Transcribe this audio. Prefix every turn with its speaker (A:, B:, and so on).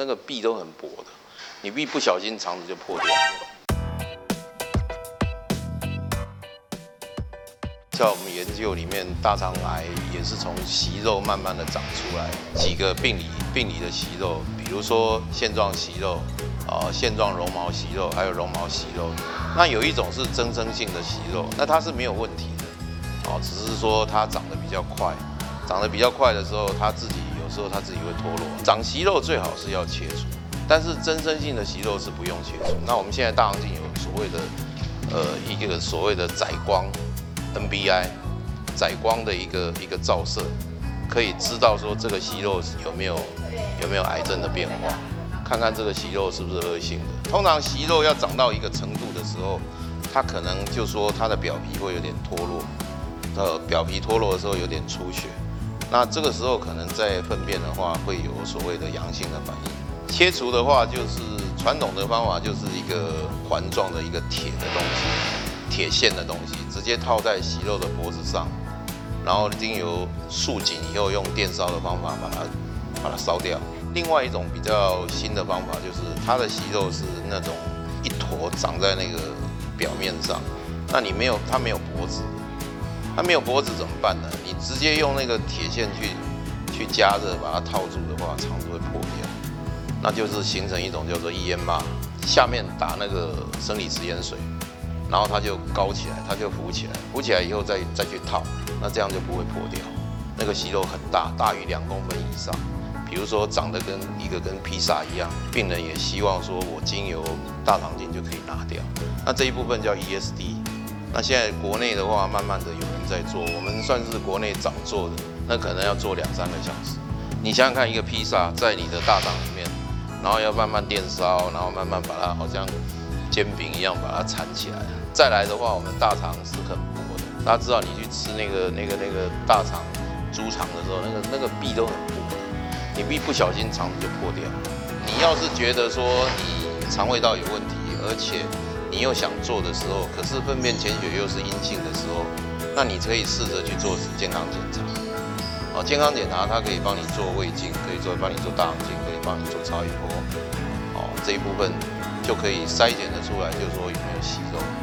A: 那个壁都很薄的，你一不小心肠子就破掉了。在我们研究里面，大肠癌也是从息肉慢慢的长出来，几个病理的息肉，比如说线状息肉、线状绒毛息肉，还有绒毛息肉。那有一种是增生性的息肉，那它是没有问题的，只是说它长得比较快，长得比较快的时候，它自己有时候它自己会脱落。长息肉最好是要切除，但是增生性的息肉是不用切除。那我们现在大肠镜有所谓的一个所谓的载光。NBI 载光的一个照射，可以知道说这个息肉有没有癌症的变化，看看这个息肉是不是恶性的。通常息肉要长到一个程度的时候，它可能就说它的表皮会有点脱落，表皮脱落的时候有点出血，那这个时候可能在粪便的话会有所谓的阳性的反应。切除的话就是传统的方法，就是一个环状的一个铁的东西。铁线的东西直接套在息肉的脖子上，然后经由束紧以后，用电烧的方法把它烧掉。另外一种比较新的方法就是它的息肉是那种一坨长在那个表面上，那它没有脖子，它没有脖子怎么办呢？你直接用那个铁线去加热把它套住的话，肠子会破掉，那就是形成一种叫做EMR，下面打那个生理食盐水。然后它就高起来，它就浮起来，浮起来以后再去套，那这样就不会破掉。那个息肉很大，大于2公分以上，比如说长得跟披萨一样，病人也希望说我经由大肠镜就可以拿掉。那这一部分叫 ESD。那现在国内的话，慢慢的有人在做，我们算是国内早做的，那可能要做2-3个小时。你想想看，一个披萨在你的大肠里面，然后要慢慢电烧，然后慢慢把它好像煎饼一样把它缠起来。再来的话，我们大肠是很薄的，大家知道你去吃那个大肠猪肠的时候，那个壁都很薄的，你一不小心肠子就破掉。你要是觉得说你肠胃道有问题，而且你又想做的时候，可是粪便潜血又是阴性的时候，那你可以试着去做健康检查。健康检查它可以帮你做胃镜，可以帮你做大肠镜，可以帮你做超音波。这一部分就可以筛检得出来，就是说有没有息肉。